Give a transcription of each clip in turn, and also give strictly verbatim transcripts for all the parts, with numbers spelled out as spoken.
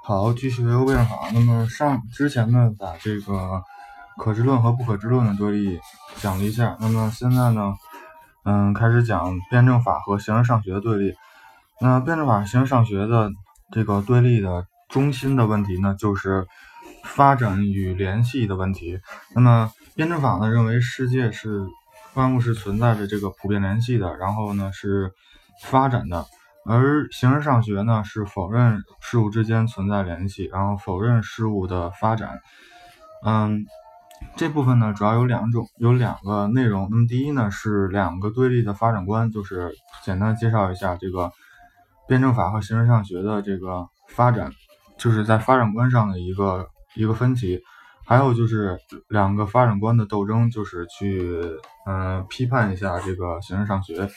好，继续唯物辩法。那么上之前呢，把这个可知论和不可知论的对立讲了一下。那么现在呢，嗯，开始讲辩证法和形而上学的对立。那辩证法和形而上学的这个对立的中心的问题呢，就是发展与联系的问题。那么辩证法呢，认为世界是万物是存在着这个普遍联系的，然后呢是发展的。而形而上学呢，是否认事物之间存在联系，然后否认事物的发展。嗯，这部分呢主要有两种，有两个内容。那么第一呢是两个对立的发展观，就是简单介绍一下这个辩证法和形而上学的这个发展，就是在发展观上的一个一个分歧。还有就是两个发展观的斗争，就是去嗯、呃、批判一下这个形而上学。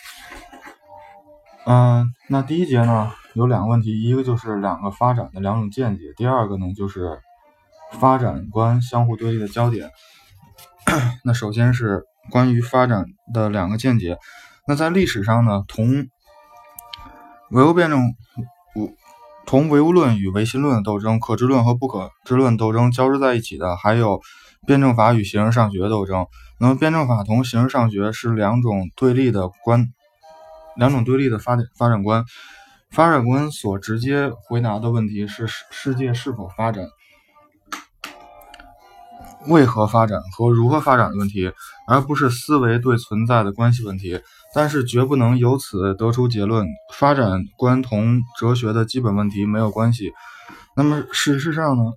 嗯，那第一节呢有两个问题，一个就是两个发展的两种见解，第二个呢就是发展观相互对立的焦点。那首先是关于发展的两个见解。那在历史上呢，同唯物辩证同唯物论与唯心论的斗争，可知论和不可知论斗争交织在一起的，还有辩证法与形而上学的斗争。那么辩证法同形而上学是两种对立的观两种对立的发展发展观，发展观所直接回答的问题是世界是否发展、为何发展和如何发展的问题，而不是思维对存在的关系问题。但是绝不能由此得出结论，发展观同哲学的基本问题没有关系。那么事实上呢，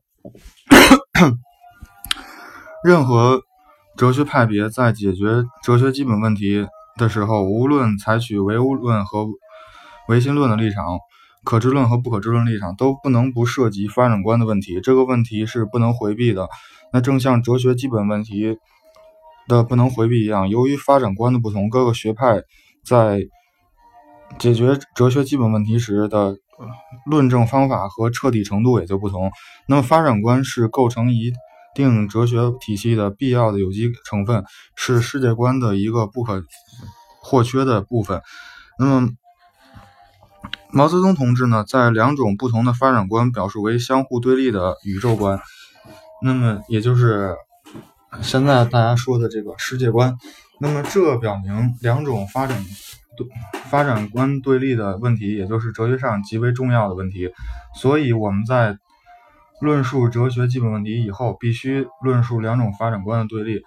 任何哲学派别在解决哲学基本问题的时候，无论采取唯物论和唯心论的立场，可知论和不可知论立场，都不能不涉及发展观的问题，这个问题是不能回避的。那正像哲学基本问题的不能回避一样，由于发展观的不同，各个学派在解决哲学基本问题时的论证方法和彻底程度也就不同。那么发展观是构成一定哲学体系的必要的有机成分，是世界观的一个不可或缺的部分。那么毛泽东同志呢，在两种不同的发展观表述为相互对立的宇宙观，那么也就是现在大家说的这个世界观。那么这表明两种发展发展观对立的问题，也就是哲学上极为重要的问题。所以我们在论述哲学基本问题以后，必须论述两种发展观的对立。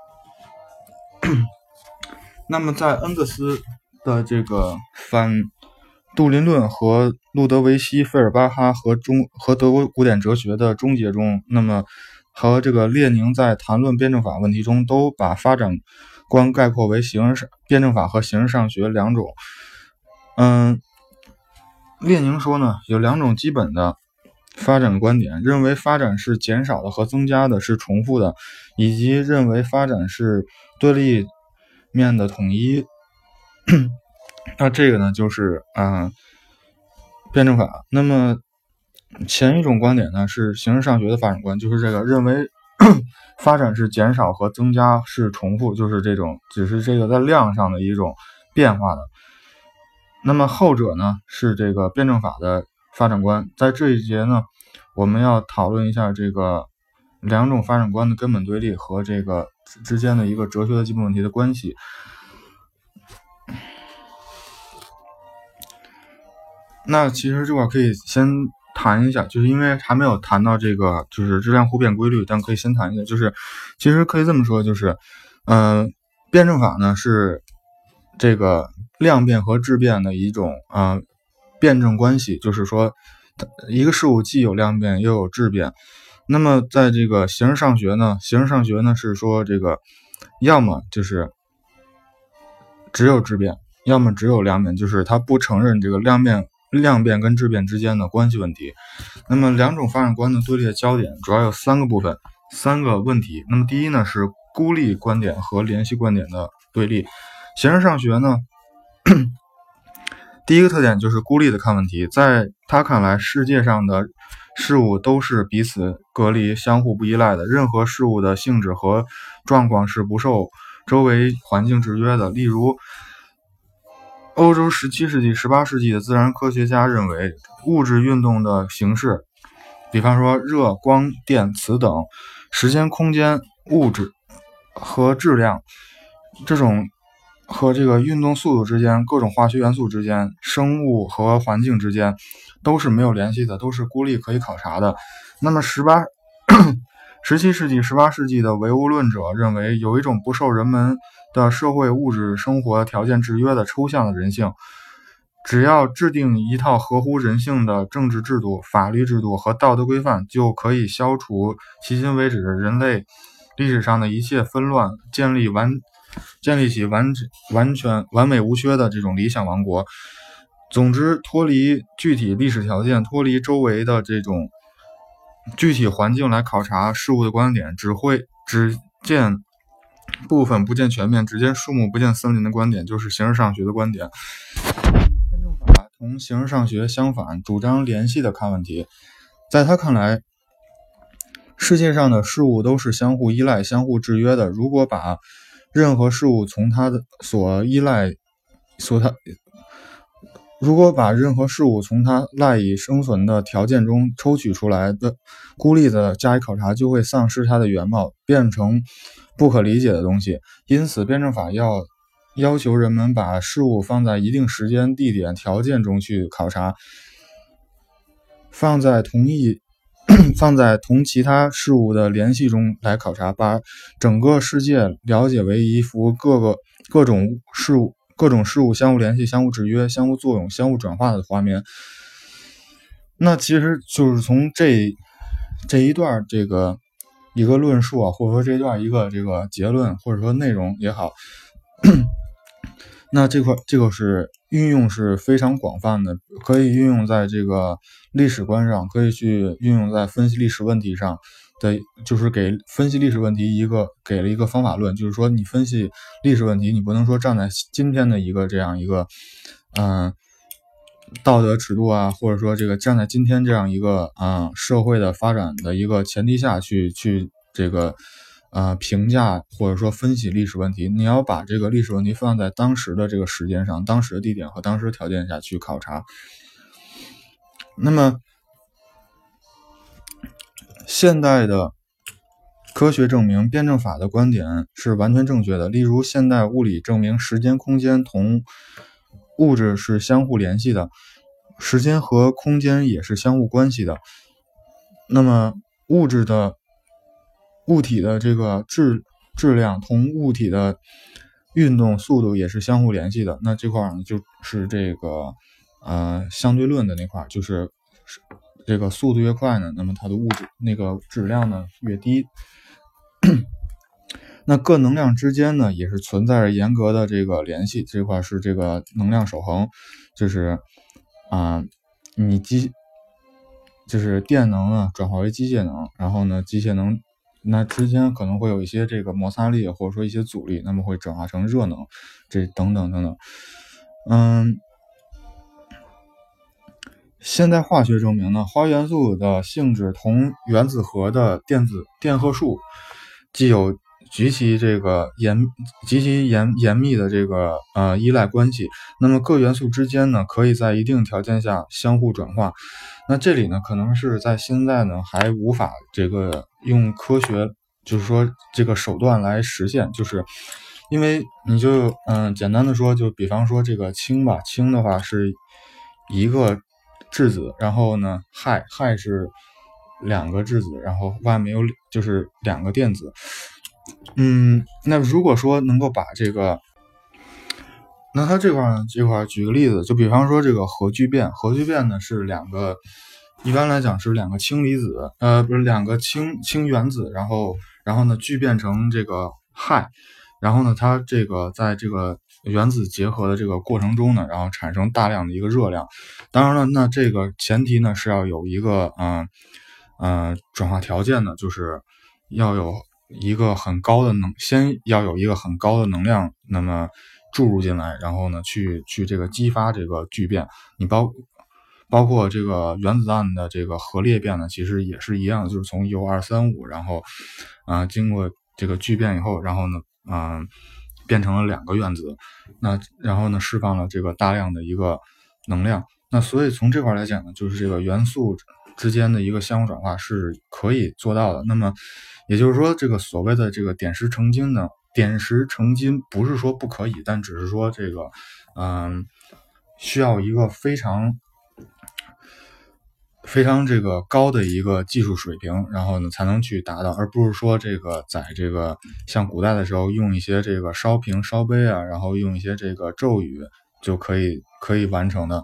那么在恩格斯的这个反杜林论和路德维希·费尔巴哈和中和德国古典哲学的终结中，那么和这个列宁在谈论辩证法问题中，都把发展观概括为形而辩证法和形而上学两种。嗯，列宁说呢，有两种基本的发展观点，认为发展是减少的和增加的是重复的，以及认为发展是对立面的统一。那这个呢就是啊、呃、辩证法。那么前一种观点呢是形而上学的发展观，就是这个认为发展是减少和增加是重复，就是这种只是这个在量上的一种变化的。那么后者呢是这个辩证法的发展观。在这一节呢，我们要讨论一下这个两种发展观的根本对立和这个之间的一个哲学的基本问题的关系。那其实这块可以先谈一下，就是因为还没有谈到这个就是质量互变规律，但可以先谈一下，就是其实可以这么说，就是呃辩证法呢是这个量变和质变的一种呃辩证关系，就是说一个事物既有量变又有质变。那么在这个形而上学呢，形而上学呢是说这个要么就是只有质变，要么只有量变，就是它不承认这个量变量变跟质变之间的关系问题。那么两种发展观的对立的焦点主要有三个部分，三个问题。那么第一呢是孤立观点和联系观点的对立。形而上学呢第一个特点就是孤立的看问题，在他看来，世界上的事物都是彼此隔离、相互不依赖的，任何事物的性质和状况是不受周围环境制约的。例如欧洲十七世纪、十八世纪的自然科学家认为，物质运动的形式比方说热、光、电、磁等时间、空间、物质和质量这种和这个运动速度之间、各种化学元素之间、生物和环境之间都是没有联系的，都是孤立可以考察的。那么十八十七世纪、十八世纪的唯物论者认为，有一种不受人们的社会物质生活条件制约的抽象的人性，只要制定一套合乎人性的政治制度、法律制度和道德规范，就可以消除迄今为止人类历史上的一切纷乱，建立完建立起完完全完美无缺的这种理想王国。总之，脱离具体历史条件，脱离周围的这种具体环境来考察事物的观点，只会只见部分不见全面，只见树木不见森林的观点，就是形而上学的观点。辩证法同形而上学相反，主张联系的看问题。在他看来，世界上的事物都是相互依赖、相互制约的。如果把任何事物从它的所依赖所它如果把任何事物从它赖以生存的条件中抽取出来的孤立的加以考察，就会丧失它的原貌，变成不可理解的东西。因此辩证法要要求人们把事物放在一定时间、地点、条件中去考察，放在同一放在同其他事物的联系中来考察，把整个世界了解为一幅各个各种事物各种事物相互联系、相互制约、相互作用、相互转化的画面。那其实就是从这这一段这个一个论述啊，或者说这一段一个这个结论，或者说内容也好，那这块这个是运用是非常广泛的，可以运用在这个历史观上，可以去运用在分析历史问题上的，就是给分析历史问题一个给了一个方法论，就是说你分析历史问题，你不能说站在今天的一个这样一个嗯、呃、道德尺度啊，或者说这个站在今天这样一个啊、呃、社会的发展的一个前提下去去这个呃，评价或者说分析历史问题，你要把这个历史问题放在当时的这个时间上、当时的地点和当时的条件下去考察。那么，现代的科学证明辩证法的观点是完全正确的。例如，现代物理证明时间、空间同物质是相互联系的，时间和空间也是相互关系的。那么，物质的物体的这个质质量同物体的运动速度也是相互联系的。那这块呢，就是这个呃相对论的那块，就是这个速度越快呢，那么它的物质那个质量呢越低。那各能量之间呢，也是存在着严格的这个联系。这块是这个能量守恒，就是啊、呃，你机就是电能呢转化为机械能，然后呢机械能。那之间可能会有一些这个摩擦力，或者说一些阻力，那么会转化成热能，这等等等等。嗯，现代化学证明呢，花元素的性质同原子核的电子电荷数既有极其这个严极其严严密的这个呃依赖关系，那么各元素之间呢，可以在一定条件下相互转化。那这里呢，可能是在现在呢还无法这个用科学，就是说这个手段来实现，就是因为你就嗯、呃、简单的说，就比方说这个氢吧，氢的话是一个质子，然后呢氦氦是两个质子，然后外面有就是两个电子。嗯，那如果说能够把这个。那它这块呢，这块举个例子，就比方说这个核聚变，核聚变呢是两个，一般来讲是两个氢离子，呃，不是两个氢氢原子，然后然后呢聚变成这个氦，然后呢它这个在这个原子结合的这个过程中呢，然后产生大量的一个热量。当然了，那这个前提呢是要有一个嗯嗯、呃呃、转化条件的，就是要有一个很高的能，先要有一个很高的能量，那么注入进来，然后呢，去去这个激发这个聚变。你包包括这个原子弹的这个核裂变呢，其实也是一样的，就是从铀二三五，然后啊、呃、经过这个聚变以后，然后呢啊、呃、变成了两个原子，那然后呢释放了这个大量的一个能量。那所以从这块来讲呢，就是这个元素之间的一个相互转化是可以做到的。那么也就是说，这个所谓的这个点石成金呢，点石成金不是说不可以，但只是说这个嗯需要一个非常非常这个高的一个技术水平，然后呢才能去达到，而不是说这个在这个像古代的时候用一些这个烧瓶烧杯啊，然后用一些这个咒语就可以可以完成的。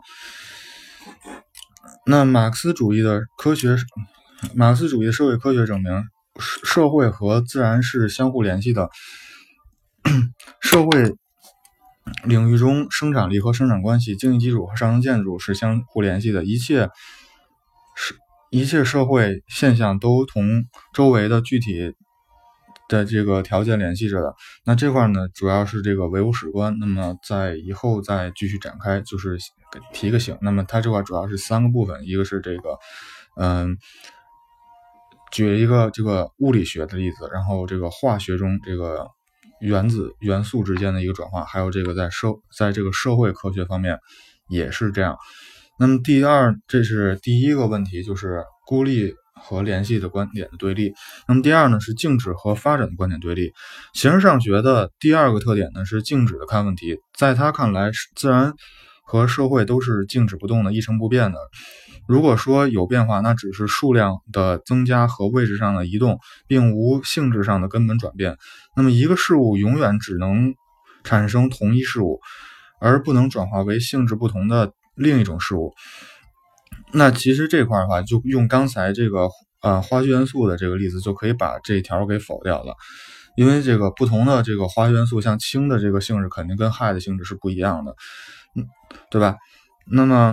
那马克思主义的科学，马克思主义的社会科学证明，社会和自然是相互联系的。社会领域中，生产力和生产关系、经济基础和上层建筑是相互联系的，一切是一切社会现象都同周围的具体的这个条件联系着的。那这块呢，主要是这个唯物史观，那么在以后再继续展开，就是提个醒。那么它这块主要是三个部分，一个是这个，嗯，举一个这个物理学的例子，然后这个化学中这个原子元素之间的一个转化，还有这个在社在这个社会科学方面也是这样。那么第二，这是第一个问题，就是孤立和联系的观点的对立。那么第二呢，是静止和发展的观点对立。形而上学的第二个特点呢，是静止的看问题。在他看来，自然和社会都是静止不动的，一成不变的。如果说有变化，那只是数量的增加和位置上的移动，并无性质上的根本转变。那么一个事物永远只能产生同一事物，而不能转化为性质不同的另一种事物。那其实这块的话，就用刚才这个呃化学元素的这个例子，就可以把这一条给否掉了。因为这个不同的这个化学元素，像氢的这个性质肯定跟氦的性质是不一样的，嗯，对吧？那么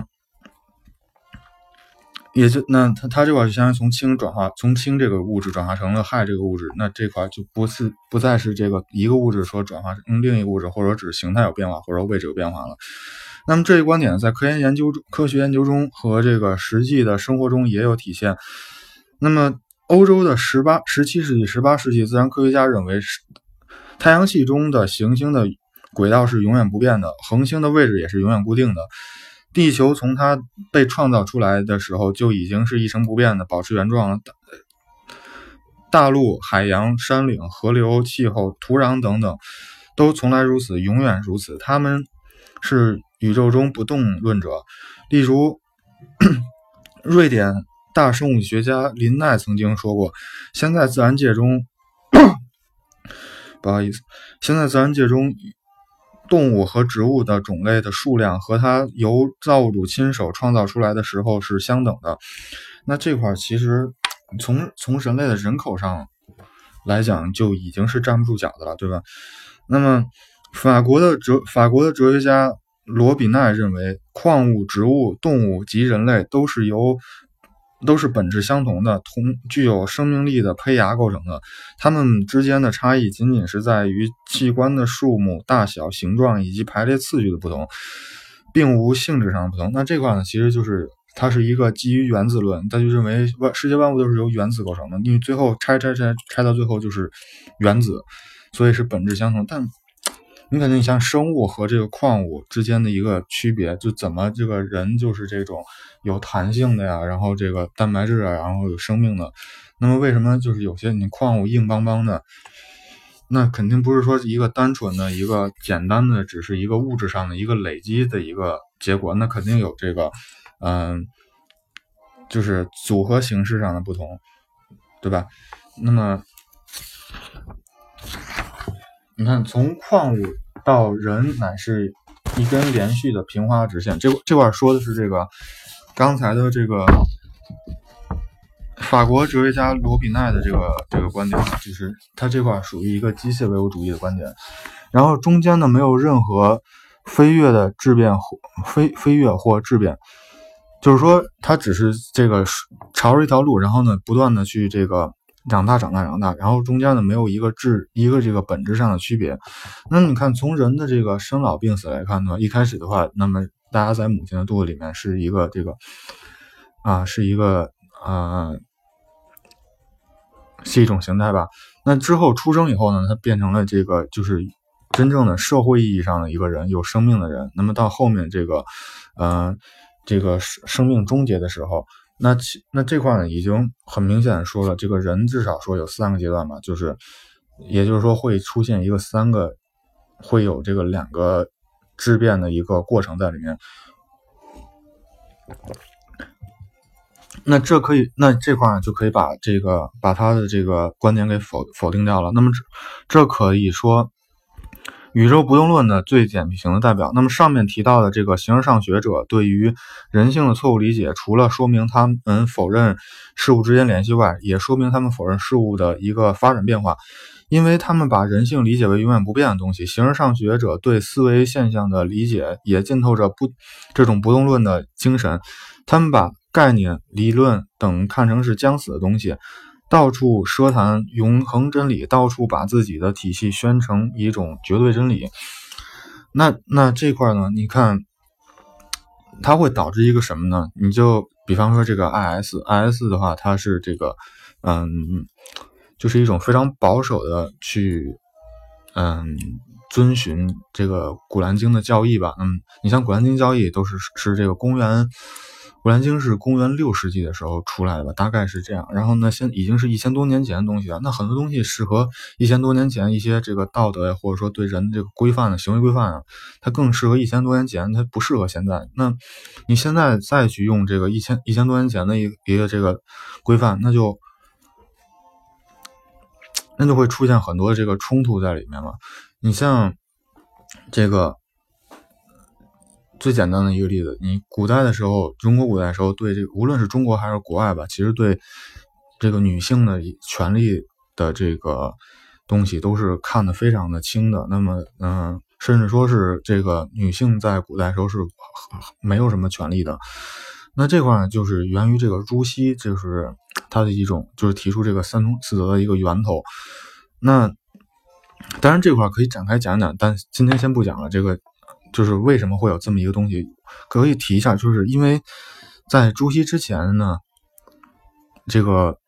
也就那它它这块就相当于从氢转化，从氢这个物质转化成了氦这个物质，那这块就不是不再是这个一个物质说转化成另一个物质，或者只形态有变化，或者位置有变化了。那么这一观点在科研研究中、科学研究中和这个实际的生活中也有体现。那么欧洲的十八、十七世纪、十八世纪自然科学家认为，太阳系中的行星的轨道是永远不变的，恒星的位置也是永远固定的。地球从它被创造出来的时候就已经是一成不变的，保持原状了。大陆、海洋、山岭、河流、气候、土壤等等都从来如此，永远如此。它们是宇宙中不动论者。例如瑞典大生物学家林奈曾经说过，现在自然界中不好意思现在自然界中动物和植物的种类的数量和它由造物主亲手创造出来的时候是相等的。那这块其实从从人类的人口上来讲就已经是站不住脚的了，对吧？那么法国的哲法国的哲学家罗比奈认为，矿物、植物、动物及人类都是由都是本质相同的，同具有生命力的胚芽构成的。它们之间的差异仅仅是在于器官的数目、大小、形状以及排列次序的不同，并无性质上的不同。那这块呢，其实就是它是一个基于原子论，他就认为世界万物都是由原子构成的，因为最后拆拆拆拆到最后就是原子，所以是本质相同。但你感觉你像生物和这个矿物之间的一个区别，就怎么这个人就是这种有弹性的呀，然后这个蛋白质啊，然后有生命的。那么为什么就是有些你矿物硬邦邦的？那肯定不是说一个单纯的一个简单的只是一个物质上的一个累积的一个结果，那肯定有这个嗯，就是组合形式上的不同，对吧？那么你看，从矿物到人乃是一根连续的平滑直线。这这块说的是这个刚才的这个法国哲学家罗比奈的这个这个观点，就是他这块属于一个机械唯物主义的观点。然后中间呢没有任何飞跃的质变或飞飞跃或质变，就是说它只是这个朝着一条路，然后呢不断的去这个长大长大长大，然后中间呢没有一个质一个这个本质上的区别。那你看从人的这个生老病死来看呢，一开始的话，那么大家在母亲的肚子里面是一个这个啊是一个啊是一种形态吧。那之后出生以后呢，它变成了这个就是真正的社会意义上的一个人，有生命的人。那么到后面这个呃这个生命终结的时候， 那其那这块呢，已经很明显说了，这个人至少说有三个阶段吧，就是也就是说会出现一个三个，会有这个两个质变的一个过程在里面。那这可以，那这块呢就可以把这个把他的这个观点给否否定掉了。那么这这可以说宇宙不动论的最典型的代表。那么上面提到的这个形而上学者对于人性的错误理解，除了说明他们否认事物之间联系外，也说明他们否认事物的一个发展变化，因为他们把人性理解为永远不变的东西。形而上学者对思维现象的理解也浸透着不这种不动论的精神，他们把概念、理论等看成是将死的东西，到处奢谈永恒真理，到处把自己的体系宣成一种绝对真理。那那这块呢，你看它会导致一个什么呢？你就比方说这个 I S I S 的话，它是这个嗯，就是一种非常保守的去嗯遵循这个古兰经的教义吧。嗯，你像古兰经教义都是是这个公元古兰经是公元六世纪的时候出来的吧，大概是这样。然后呢，现已经是一千多年前的东西了。那很多东西适合一千多年前一些这个道德呀，或者说对人这个规范的行为规范啊，它更适合一千多年前，它不适合现在。那你现在再去用这个一千一千多年前的一一个这个规范，那就那就会出现很多这个冲突在里面了。你像这个。最简单的一个例子，你古代的时候，中国古代的时候，对这个无论是中国还是国外吧，其实对这个女性的权利的这个东西都是看得非常的轻的。那么，嗯、呃，甚至说是这个女性在古代时候是没有什么权利的。那这块呢，就是源于这个朱熹，就是他的一种，就是提出这个三从四德的一个源头。那当然这块可以展开讲讲，但今天先不讲了。这个。就是为什么会有这么一个东西，可以提一下，就是因为在朱熹之前呢，这个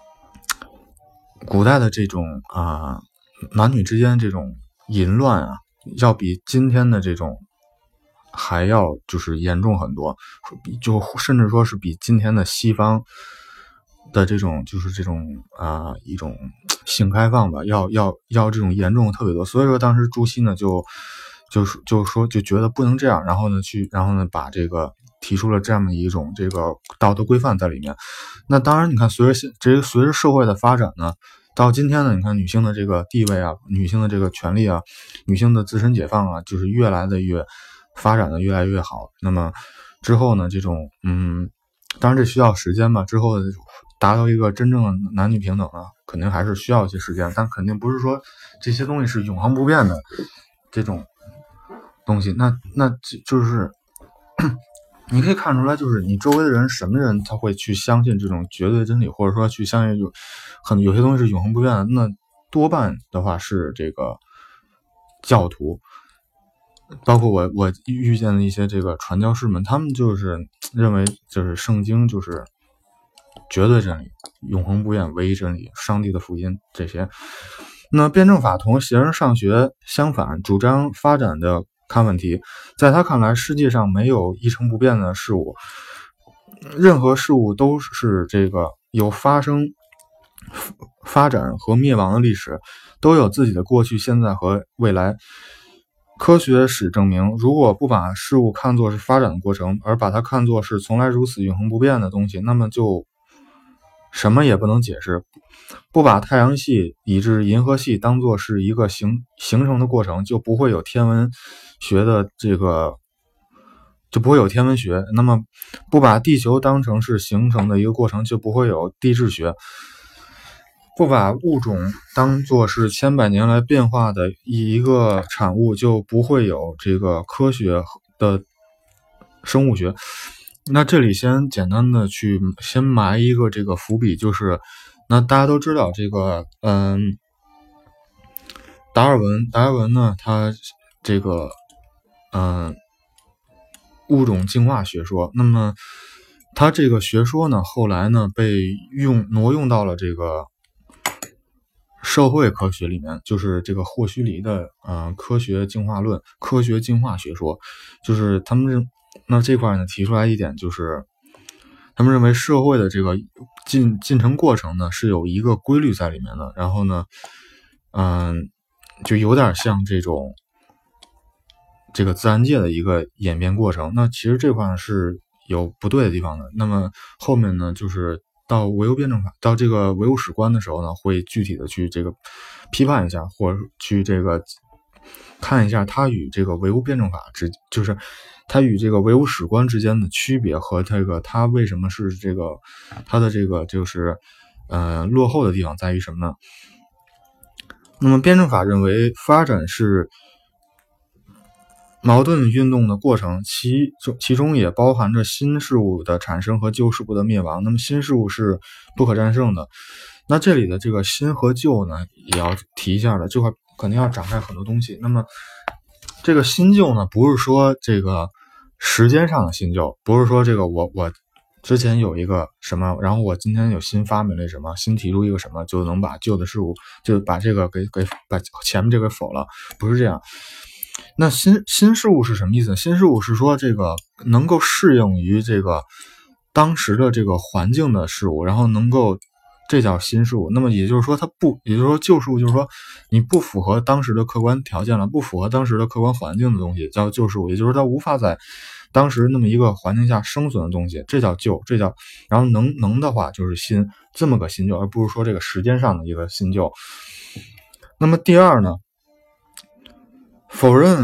古代的这种啊、呃、男女之间这种淫乱啊，要比今天的这种还要就是严重很多，就甚至说是比今天的西方的这种就是这种啊、呃、一种性开放吧，要要要这种严重的特别多。所以说当时朱熹呢就。就是就是说就觉得不能这样，然后呢去然后呢把这个提出了这样的一种这个道德规范在里面。那当然你看随着这随着社会的发展呢，到今天呢，你看女性的这个地位啊，女性的这个权利啊，女性的自身解放啊，就是越来的越发展的越来越好。那么之后呢，这种嗯当然这需要时间吧，之后达到一个真正的男女平等啊，肯定还是需要一些时间，但肯定不是说这些东西是永恒不变的这种东西。那那就是你可以看出来，就是你周围的人什么人他会去相信这种绝对真理，或者说去相信就很有些东西是永恒不变的，那多半的话是这个教徒，包括我我遇见的一些这个传教士们，他们就是认为就是圣经就是绝对真理，永恒不变，唯一真理，上帝的福音这些。那辩证法同形而上学相反，主张发展的看问题。在他看来，世界上没有一成不变的事物，任何事物都是这个有发生、发展和灭亡的历史，都有自己的过去、现在和未来。科学史证明，如果不把事物看作是发展的过程，而把它看作是从来如此永恒不变的东西，那么就什么也不能解释。不把太阳系以至银河系当作是一个形形成的过程，就不会有天文学的这个就不会有天文学。那么不把地球当成是形成的一个过程，就不会有地质学。不把物种当作是千百年来变化的一个产物，就不会有这个科学的生物学。那这里先简单的去先埋一个这个伏笔，就是那大家都知道这个嗯，达尔文达尔文呢，他这个嗯物种进化学说，那么他这个学说呢，后来呢被用挪用到了这个社会科学里面，就是这个霍胥黎的呃科学进化论、科学进化学说，就是他们那这块呢提出来一点，就是他们认为社会的这个进进程过程呢是有一个规律在里面的，然后呢，嗯，就有点像这种这个自然界的一个演变过程。那其实这块是有不对的地方的。那么后面呢，就是到唯物辩证法，到这个唯物史观的时候呢，会具体的去这个批判一下，或者去这个看一下它与这个唯物辩证法之，就是它与这个唯物史观之间的区别和这个它为什么是这个它的这个就是呃落后的地方在于什么呢？那么辩证法认为发展是矛盾运动的过程，其中其中也包含着新事物的产生和旧事物的灭亡。那么新事物是不可战胜的。那这里的这个新和旧呢，也要提一下的，这块肯定要展开很多东西。那么这个新旧呢，不是说这个时间上的新旧，不是说这个我我之前有一个什么，然后我今天有新发明了什么，新提出一个什么，就能把旧的事物就把这个给给把前面这个否了，不是这样。那新新事物是什么意思呢？新事物是说这个能够适应于这个当时的这个环境的事物，然后能够这叫新事物。那么也就是说它不，也就是说旧事物就是说你不符合当时的客观条件了，不符合当时的客观环境的东西叫旧事物，也就是说它无法在当时那么一个环境下生存的东西，这叫旧，这叫然后能能的话就是新，这么个新旧，而不是说这个时间上的一个新旧。那么第二呢，否认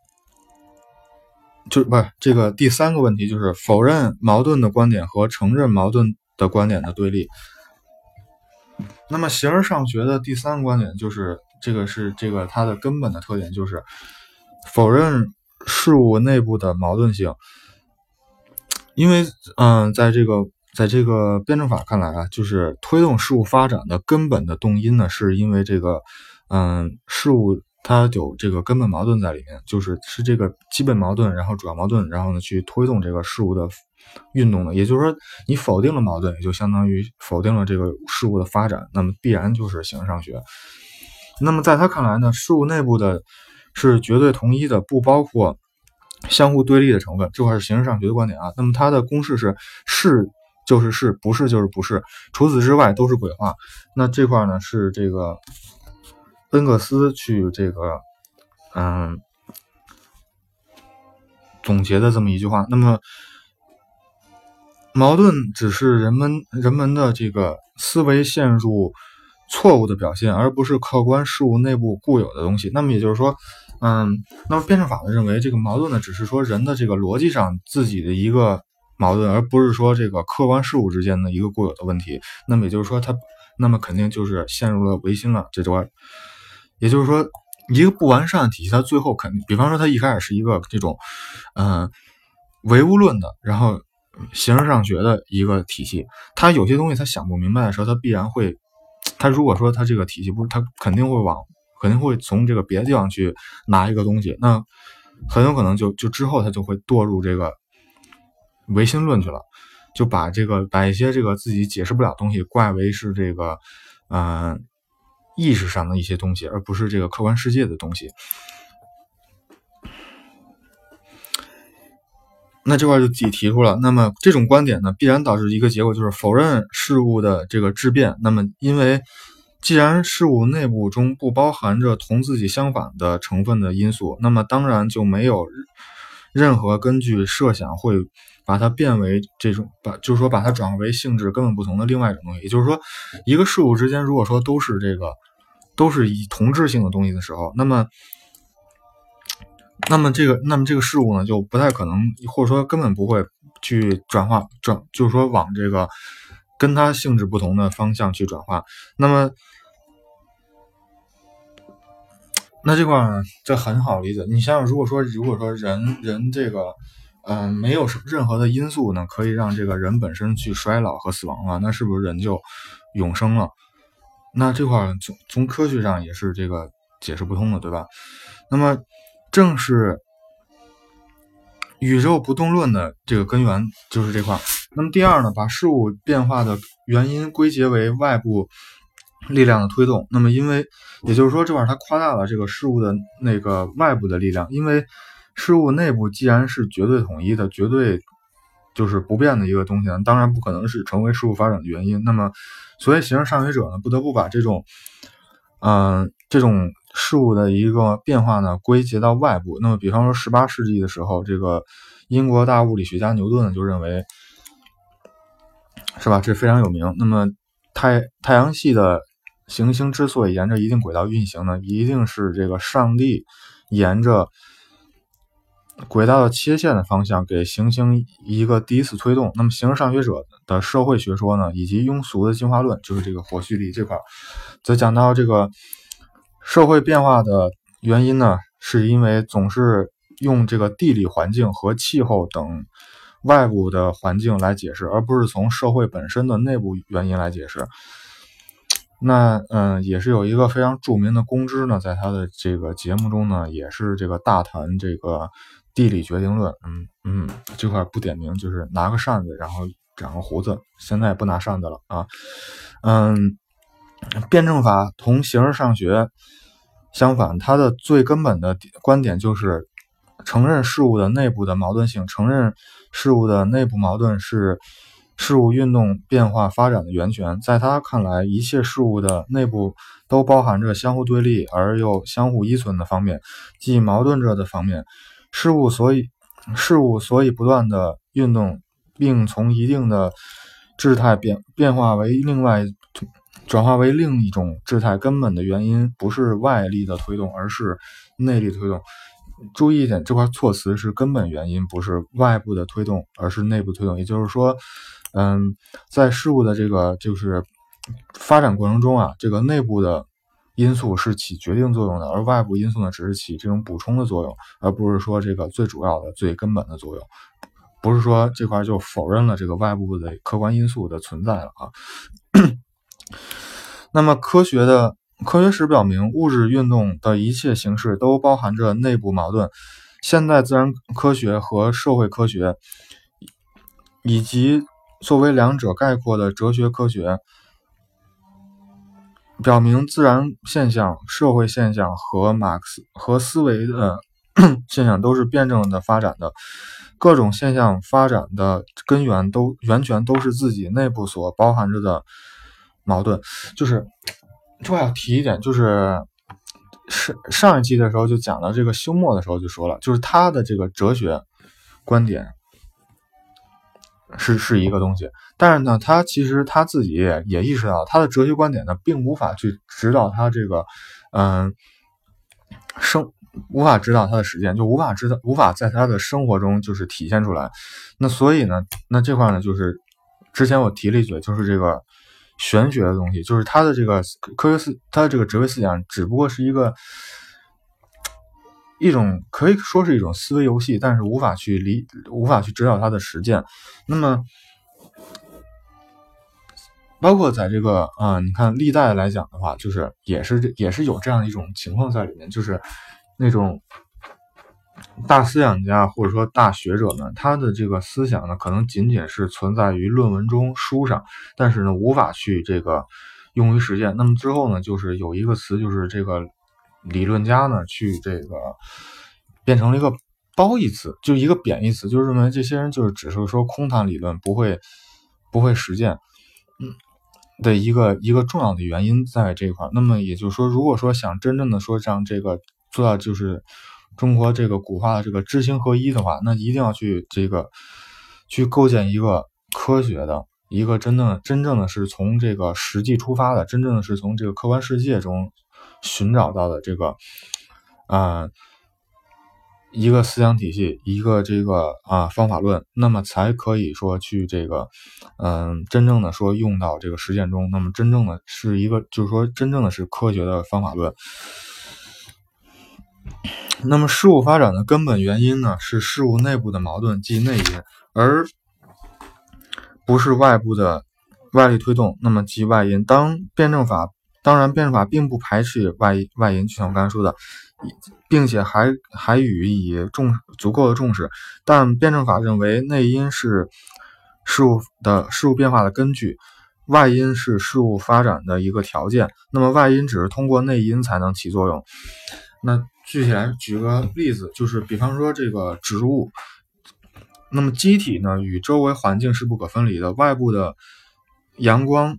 就不是这个第三个问题，就是否认矛盾的观点和承认矛盾的观点的对立。那么形而上学的第三个观点就是这个是这个它的根本的特点，就是否认事物内部的矛盾性。因为嗯、呃，在这个在这个辩证法看来啊，就是推动事物发展的根本的动因呢，是因为这个嗯、呃、事物它有这个根本矛盾在里面，就是是这个基本矛盾，然后主要矛盾，然后呢去推动这个事物的运动的。也就是说，你否定了矛盾，也就相当于否定了这个事物的发展，那么必然就是形而上学。那么在他看来呢，事物内部的是绝对统一的，不包括相互对立的成分，这块是形而上学的观点啊。那么它的公式是是就是是，不是就是不是，除此之外都是鬼话。那这块呢是这个恩格斯去这个嗯总结的这么一句话。那么矛盾只是人们人们的这个思维陷入错误的表现，而不是客观事物内部固有的东西。那么也就是说嗯，那么辩证法呢认为这个矛盾呢只是说人的这个逻辑上自己的一个矛盾，而不是说这个客观事物之间的一个固有的问题。那么也就是说它那么肯定就是陷入了唯心了。这段也就是说一个不完善的体系，它最后肯定比方说它一开始是一个这种嗯唯物论的，然后形而上学的一个体系，它有些东西它想不明白的时候，它必然会它如果说它这个体系不，它肯定会往肯定会从这个别的地方去拿一个东西，那很有可能就就之后它就会堕入这个唯心论去了，就把这个把一些这个自己解释不了的东西怪为是这个呃意识上的一些东西，而不是这个客观世界的东西。那这块就自己提出了，那么这种观点呢，必然导致一个结果，就是否认事物的这个质变。那么因为既然事物内部中不包含着同自己相反的成分的因素，那么当然就没有任何根据设想会把它变为这种把就是说把它转化为性质根本不同的另外一种东西。也就是说，一个事物之间如果说都是这个都是以同质性的东西的时候，那么那么这个那么这个事物呢就不太可能，或者说根本不会去转化转就是说往这个跟它性质不同的方向去转化。那么那这块呢这很好理解，你想想如果说如果说人人这个嗯、呃、没有任何的因素呢可以让这个人本身去衰老和死亡啊，那是不是人就永生了？那这块从从科学上也是这个解释不通的，对吧？那么正是宇宙不动论的这个根源就是这块。那么第二呢，把事物变化的原因归结为外部力量的推动。那么因为也就是说这块它夸大了这个事物的那个外部的力量，因为事物内部既然是绝对统一的，绝对就是不变的一个东西呢，当然不可能是成为事物发展的原因。那么，所以形而上学者呢，不得不把这种，嗯、呃，这种事物的一个变化呢，归结到外部。那么，比方说十八世纪的时候，这个英国大物理学家牛顿就认为，是吧？这非常有名。那么，太太阳系的行星之所以沿着一定轨道运行呢，一定是这个上帝沿着轨道的切线的方向给行星一个第一次推动。那么形而上学者的社会学说呢，以及庸俗的进化论，就是这个活续力这块，则讲到这个社会变化的原因呢，是因为总是用这个地理环境和气候等外部的环境来解释，而不是从社会本身的内部原因来解释。那嗯、呃，也是有一个非常著名的公知呢，在他的这个节目中呢，也是这个大谈这个地理决定论。嗯嗯，这块不点名，就是拿个扇子，然后长个胡子，现在也不拿扇子了啊。嗯，辩证法同形而上学相反，它的最根本的观点就是承认事物的内部的矛盾性，承认事物的内部矛盾是事物运动变化发展的源泉。在他看来，一切事物的内部都包含着相互对立而又相互依存的方面，即矛盾着的方面。事物所以事物所以不断的运动，并从一定的质态变变化为另外转化为另一种质态，根本的原因不是外力的推动，而是内力推动。注意一点，这块措辞是根本原因，不是外部的推动，而是内部推动。也就是说，嗯，在事物的这个就是发展过程中啊，这个内部的因素是起决定作用的，而外部因素呢，只是起这种补充的作用，而不是说这个最主要的、最根本的作用。不是说这块就否认了这个外部的客观因素的存在了啊。那么科学的科学史表明，物质运动的一切形式都包含着内部矛盾。现代自然科学和社会科学，以及作为两者概括的哲学科学，表明自然现象、社会现象和马克思和思维的现象都是辩证的发展的。各种现象发展的根源都源泉都是自己内部所包含着的矛盾。就是这块要提一点，就是上上一期的时候就讲了这个休谟的时候就说了，就是他的这个哲学观点是是一个东西，但是呢，他其实他自己也也意识到，他的哲学观点呢，并无法去指导他这个嗯生。无法指导他的实践，就无法知道，无法在他的生活中就是体现出来。那所以呢，那这块呢，就是之前我提了一嘴，就是这个玄学的东西，就是他的这个科学思，他的这个哲学思想，只不过是一个一种可以说是一种思维游戏，但是无法去理，无法去指导他的实践。那么，包括在这个啊、呃，你看历代来讲的话，就是也是也是有这样一种情况在里面，就是。那种大思想家或者说大学者呢，他的这个思想呢，可能仅仅是存在于论文中、书上，但是呢，无法去这个用于实践。那么之后呢，就是有一个词，就是这个理论家呢，去这个变成了一个褒义词，就一个贬义词，就是认为这些人就是只是说空谈理论，不会不会实践，嗯。的一个一个重要的原因在这一块。那么也就是说，如果说想真正的说让这个做到就是中国这个古话的这个知行合一的话，那一定要去这个去构建一个科学的一个真正真正的是从这个实际出发的，真正的是从这个客观世界中寻找到的这个啊、呃、一个思想体系，一个这个啊方法论，那么才可以说去这个嗯、呃、真正的说用到这个实践中，那么真正的是一个就是说真正的是科学的方法论。那么事物发展的根本原因呢，是事物内部的矛盾，即内因，而不是外部的外力推动，那么即外因。当辩证法，当然辩证法并不排斥外外因，就像我刚才说的，并且还还予以重足够的重视，但辩证法认为内因是事物的事物变化的根据，外因是事物发展的一个条件，那么外因只是通过内因才能起作用。那具体来举个例子，就是比方说这个植物， 那么机体呢与周围环境是不可分离的，外部的阳光、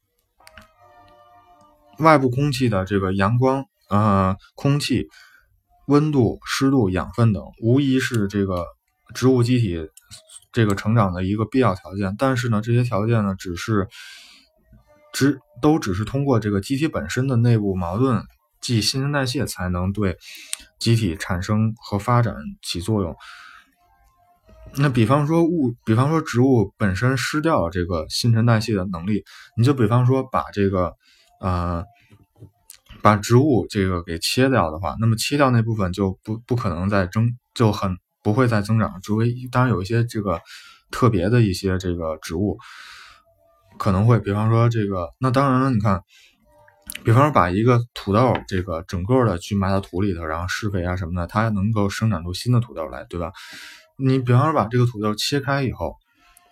外部空气的这个阳光、呃空气、温度、湿度、养分等，无疑是这个植物机体这个成长的一个必要条件。但是呢，这些条件呢，只是只都只是通过这个机体本身的内部矛盾，即新陈代谢，才能对机体产生和发展起作用。那比方说物，比方说植物本身失掉了这个新陈代谢的能力，你就比方说把这个呃把植物这个给切掉的话，那么切掉那部分就不不可能再增，就很不会再增长。除非当然有一些这个特别的一些这个植物可能会，比方说这个，那当然了，你看，比方说把一个土豆这个整个的去埋到土里头，然后施肥啊什么的，它能够生长出新的土豆来，对吧？你比方说把这个土豆切开以后，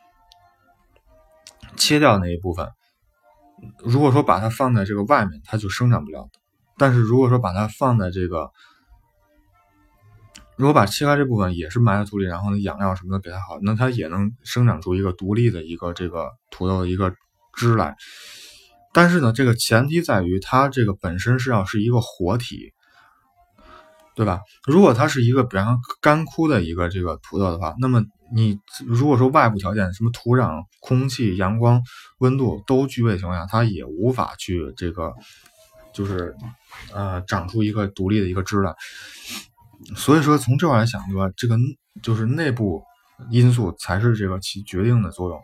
切掉那一部分，如果说把它放在这个外面，它就生长不了。但是如果说把它放在这个，如果把切开这部分也是埋在土里，然后呢养料什么的给它好，那它也能生长出一个独立的一个这个土豆的一个枝来。但是呢，这个前提在于它这个本身是要是一个活体，对吧？如果它是一个比方干枯的一个这个土豆的话，那么你如果说外部条件什么土壤、空气、阳光、温度都具备情况下，它也无法去这个就是呃长出一个独立的一个枝来。所以说从这块来想，对吧？这个就是内部因素才是这个起决定的作用。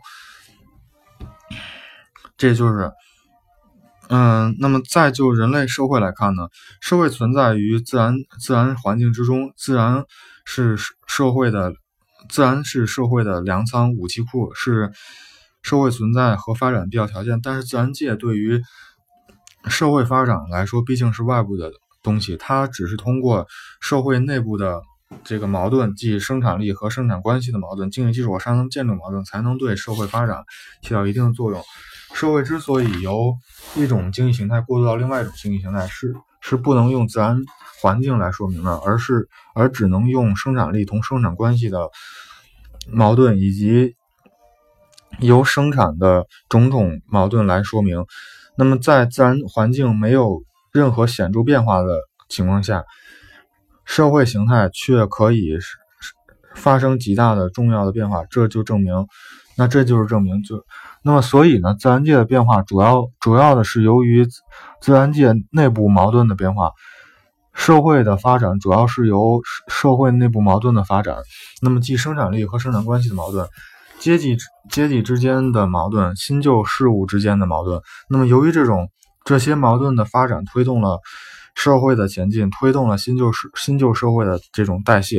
这就是嗯，那么再就人类社会来看呢，社会存在于自然自然环境之中，自然是社会的自然是社会的粮仓武器库，是社会存在和发展必要条件。但是自然界对于社会发展来说毕竟是外部的东西，它只是通过社会内部的这个矛盾，即生产力和生产关系的矛盾、经济基础和上层建筑矛盾，才能对社会发展起到一定的作用。社会之所以由一种经济形态过渡到另外一种经济形态，是是不能用自然环境来说明的，而是而只能用生产力同生产关系的矛盾，以及由生产的种种矛盾来说明。那么在自然环境没有任何显著变化的情况下，社会形态却可以发生极大的重要的变化，这就证明那这就是证明就那么所以呢，自然界的变化主要主要的是由于自然界内部矛盾的变化，社会的发展主要是由社会内部矛盾的发展，那么即生产力和生产关系的矛盾，阶级阶级之间的矛盾，新旧事物之间的矛盾。那么由于这种这些矛盾的发展，推动了社会的前进，推动了新旧新旧社会的这种代谢。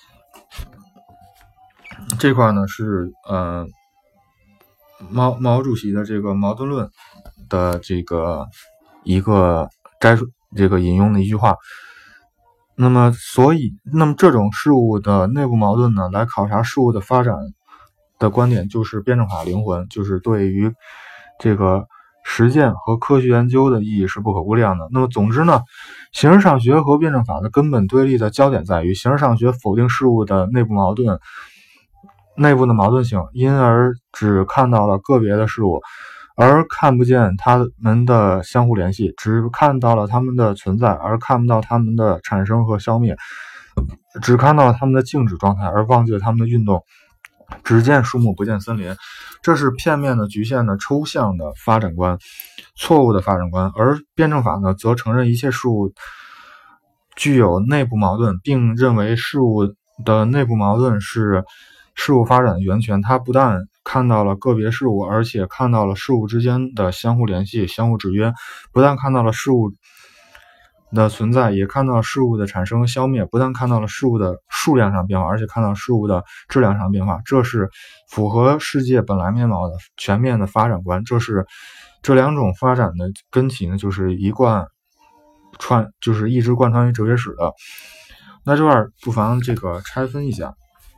这块呢是呃毛毛主席的这个矛盾论的这个一个摘这个引用的一句话。那么所以那么这种事物的内部矛盾呢，来考察事物的发展的观点，就是辩证法灵魂，就是对于这个实践和科学研究的意义是不可估量的。那么总之呢，形而上学和辩证法的根本对立的焦点在于，形而上学否定事物的内部矛盾内部的矛盾性，因而只看到了个别的事物，而看不见它们的相互联系，只看到了它们的存在，而看不到它们的产生和消灭，只看到了它们的静止状态，而忘记了它们的运动，只见树木不见森林。这是片面的、局限的、抽象的发展观，错误的发展观。而辩证法呢，则承认一切事物具有内部矛盾，并认为事物的内部矛盾是事物发展的源泉。它不但看到了个别事物，而且看到了事物之间的相互联系、相互制约；不但看到了事物的存在，也看到事物的产生和消灭；不但看到了事物的数量上变化，而且看到事物的质量上变化。这是符合世界本来面貌的全面的发展观。这是这两种发展的根基呢，就是一贯串，就是一直贯穿于哲学史的。那这块不妨这个拆分一下。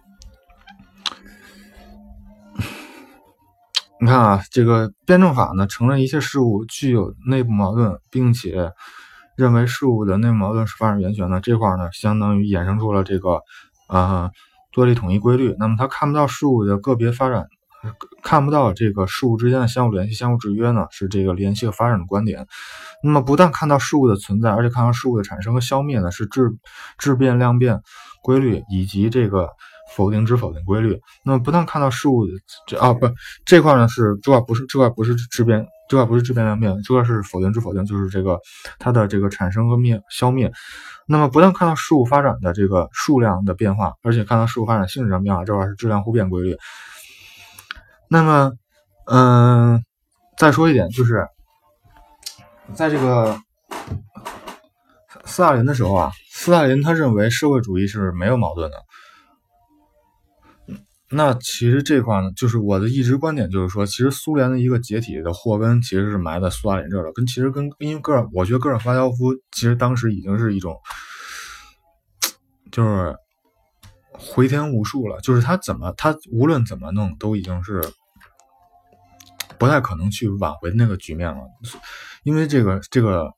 你看啊，这个辩证法呢，承认一切事物具有内部矛盾，并且认为事物的内部矛盾是发展源泉的。这块呢，相当于衍生出了这个呃对立统一规律。那么他看不到事物的个别发展，看不到这个事物之间的相互联系、相互制约呢，是这个联系和发展的观点。那么不但看到事物的存在，而且看到事物的产生和消灭呢，是质质变、量变规律以及这个否定之否定规律。那么不但看到事物这啊不这块呢是这块不是这块不是质变，这块不是质变量变，这块是否定之否定，就是这个它的这个产生和灭消灭。那么不但看到事物发展的这个数量的变化，而且看到事物发展性质上变化，这块是质量互变规律。那么嗯、呃，再说一点，就是在这个斯大林的时候啊，斯大林他认为社会主义是没有矛盾的。那其实这块呢，就是我的一直观点就是说，其实苏联的一个解体的祸根其实是埋在苏大林这儿了，跟其实跟因为戈尔，我觉得戈尔巴乔夫其实当时已经是一种就是回天无术了，就是他怎么他无论怎么弄都已经是不太可能去挽回那个局面了，因为这个这个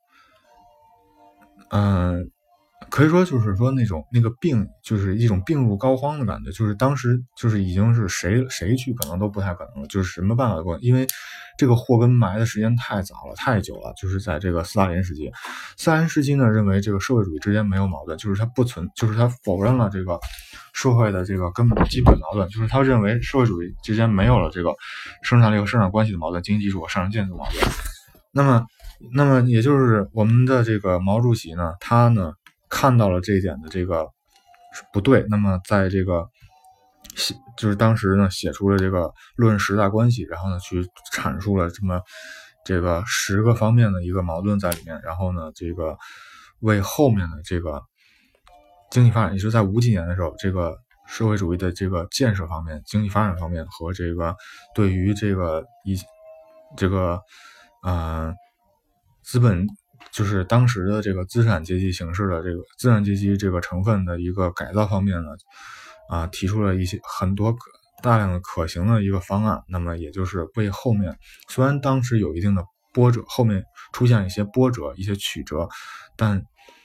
嗯。呃可以说就是说那种那个病就是一种病入膏肓的感觉，就是当时就是已经是谁谁去可能都不太可能了，就是什么办法过，因为这个祸根埋的时间太早了太久了，就是在这个斯大林时期。斯大林时期呢认为这个社会主义之间没有矛盾，就是他不存就是他否认了这个社会的这个根本基本矛盾，就是他认为社会主义之间没有了这个生产力和生产关系的矛盾，经济基础和上层建筑矛盾。那么那么也就是我们的这个毛主席呢，他呢看到了这一点的这个不对，那么在这个就是当时呢写出了这个论十大关系，然后呢去阐述了这么这个十个方面的一个矛盾在里面，然后呢这个为后面的这个经济发展，也就是在五几年的时候，这个社会主义的这个建设方面、经济发展方面和这个对于这个一这个呃资本。就是当时的这个资产阶级形式的这个资产阶级这个成分的一个改造方面呢，啊，提出了一些很多可大量的可行的一个方案。那么也就是为后面虽然当时有一定的波折，后面出现一些波折、一些曲折，但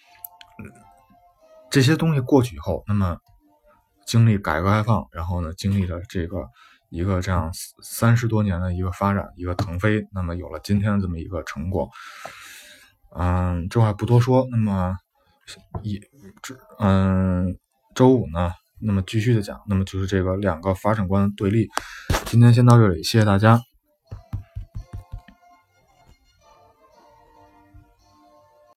这些东西过去以后，那么经历改革开放，然后呢，经历了这个一个这样三十多年的一个发展，一个腾飞，那么有了今天的这么一个成果。嗯，这话不多说。那么，一，嗯，周五呢，那么继续的讲，那么就是这个两个发展观对立。今天先到这里，谢谢大家。